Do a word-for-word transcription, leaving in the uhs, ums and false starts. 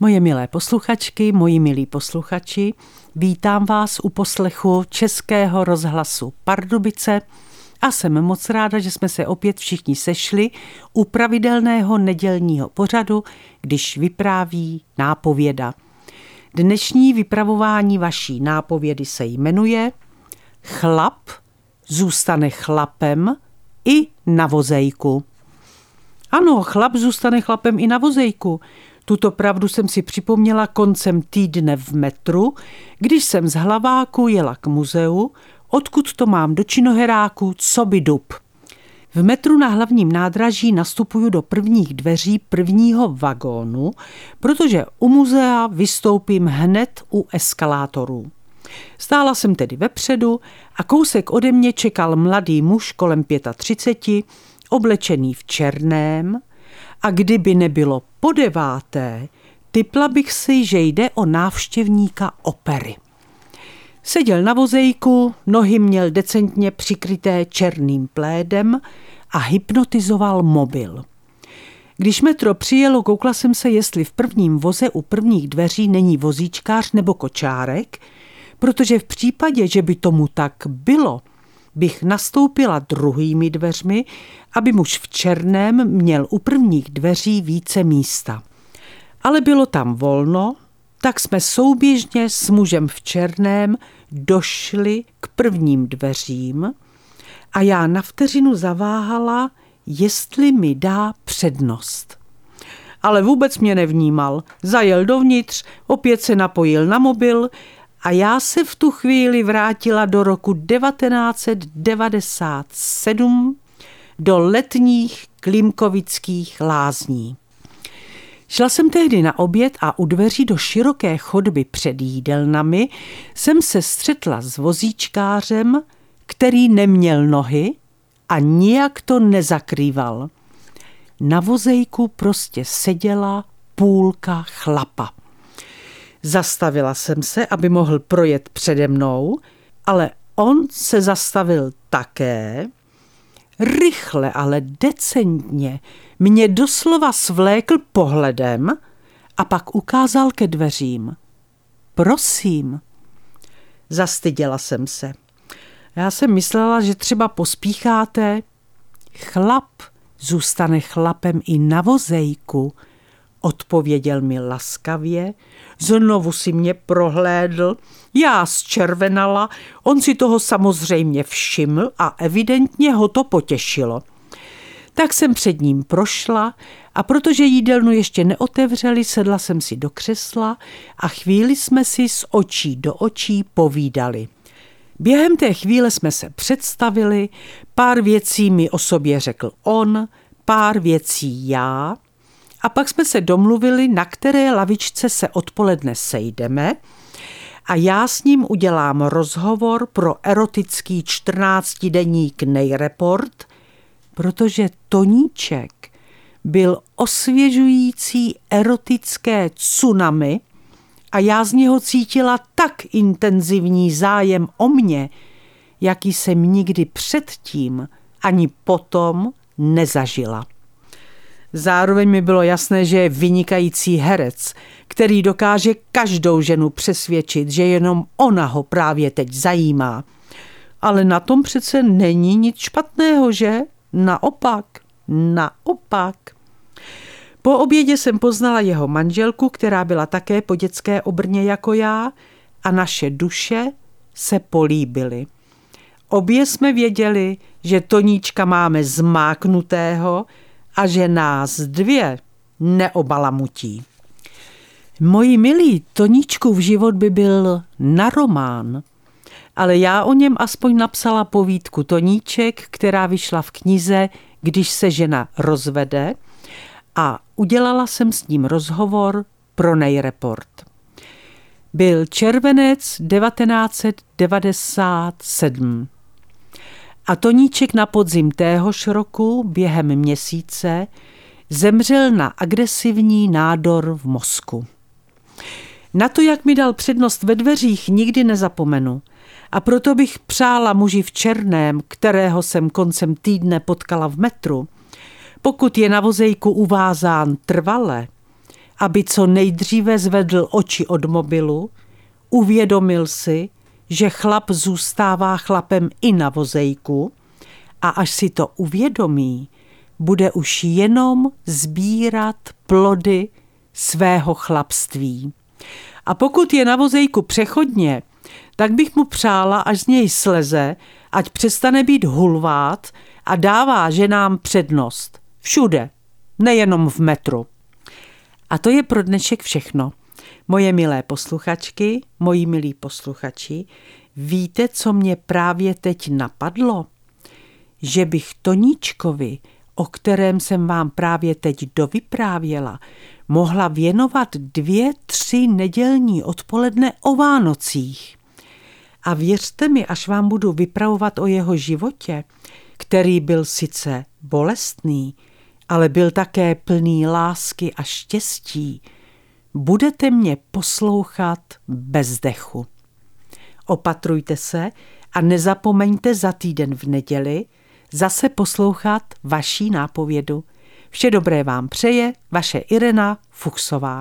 Moje milé posluchačky, moji milí posluchači, vítám vás u poslechu Českého rozhlasu Pardubice a jsem moc ráda, že jsme se opět všichni sešli u pravidelného nedělního pořadu, když vypráví nápověda. Dnešní vypravování vaší nápovědy se jmenuje Chlap zůstane chlapem i na vozejku. Ano, chlap zůstane chlapem i na vozejku. Tuto pravdu jsem si připomněla koncem týdne v metru, když jsem z Hlaváku jela k muzeu, odkud to mám do činoheráku coby dub. V metru na hlavním nádraží nastupuju do prvních dveří prvního vagónu, protože u muzea vystoupím hned u eskalátorů. Stála jsem tedy vepředu a kousek ode mě čekal mladý muž kolem třicet pět, oblečený v černém, a kdyby nebylo po deváté, tipla bych si, že jde o návštěvníka opery. Seděl na vozejku, nohy měl decentně přikryté černým plédem a hypnotizoval mobil. Když metro přijelo, koukla jsem se, jestli v prvním voze u prvních dveří není vozíčkář nebo kočárek, protože v případě, že by tomu tak bylo, bych nastoupila druhými dveřmi, aby muž v černém měl u prvních dveří více místa. Ale bylo tam volno, tak jsme souběžně s mužem v černém došli k prvním dveřím a já na vteřinu zaváhala, jestli mi dá přednost. Ale vůbec mě nevnímal. Zajel dovnitř, opět se napojil na mobil a já se v tu chvíli vrátila do roku devatenáct set devadesát sedm do letních Klimkovických lázní. Šla jsem tehdy na oběd a u dveří do široké chodby před jídelnami jsem se střetla s vozíčkářem, který neměl nohy a nijak to nezakrýval. Na vozejku prostě seděla půlka chlapa. Zastavila jsem se, aby mohl projet přede mnou, ale on se zastavil také. Rychle, ale decentně mě doslova svlékl pohledem a pak ukázal ke dveřím. Prosím. Zastyděla jsem se. Já jsem myslela, že třeba pospícháte. Chlap zůstane chlapem i na vozejku, odpověděl mi laskavě, znovu si mě prohlédl, já zčervenala, on si toho samozřejmě všiml a evidentně ho to potěšilo. Tak jsem před ním prošla a protože jídelnu ještě neotevřeli, sedla jsem si do křesla a chvíli jsme si z očí do očí povídali. Během té chvíle jsme se představili, pár věcí mi o sobě řekl on, pár věcí já, a pak jsme se domluvili, na které lavičce se odpoledne sejdeme a já s ním udělám rozhovor pro erotický čtrnáctidenník Nejreport, protože Toníček byl osvěžující erotické tsunami a já z něho cítila tak intenzivní zájem o mě, jaký jsem nikdy předtím ani potom nezažila. Zároveň mi bylo jasné, že je vynikající herec, který dokáže každou ženu přesvědčit, že jenom ona ho právě teď zajímá. Ale na tom přece není nic špatného, že? Naopak, naopak. Po obědě jsem poznala jeho manželku, která byla také po dětské obrně jako já, a naše duše se políbily. Obě jsme věděli, že Toníčka máme zmáknutého a že nás dvě neobalamutí. Moji milí, Toníčkův život by byl na román, ale já o něm aspoň napsala povídku Toníček, která vyšla v knize Když se žena rozvede, a udělala jsem s ním rozhovor pro Nejreport. Byl červenec devatenáct set devadesát sedm. A Toníček na podzim téhož roku během měsíce zemřel na agresivní nádor v mozku. Na to, jak mi dal přednost ve dveřích, nikdy nezapomenu. A proto bych přála muži v černém, kterého jsem koncem týdne potkala v metru, pokud je na vozejku uvázán trvale aby co nejdříve zvedl oči od mobilu, uvědomil si, že chlap zůstává chlapem i na vozejku a až si to uvědomí, bude už jenom sbírat plody svého chlapství. A pokud je na vozejku přechodně, tak bych mu přála, až z něj sleze, ať přestane být hulvát a dává ženám přednost. Všude, nejenom v metru. A to je pro dnešek všechno. Moje milé posluchačky, moji milí posluchači, víte, co mě právě teď napadlo? Že bych Toníčkovi, o kterém jsem vám právě teď dovyprávěla, mohla věnovat dvě, tři nedělní odpoledne o Vánocích. A věřte mi, až vám budu vypravovat o jeho životě, který byl sice bolestný, ale byl také plný lásky a štěstí, budete mě poslouchat bez dechu. Opatrujte se a nezapomeňte za týden v neděli zase poslouchat vaší nápovědu. Vše dobré vám přeje vaše Irena Fuchsová.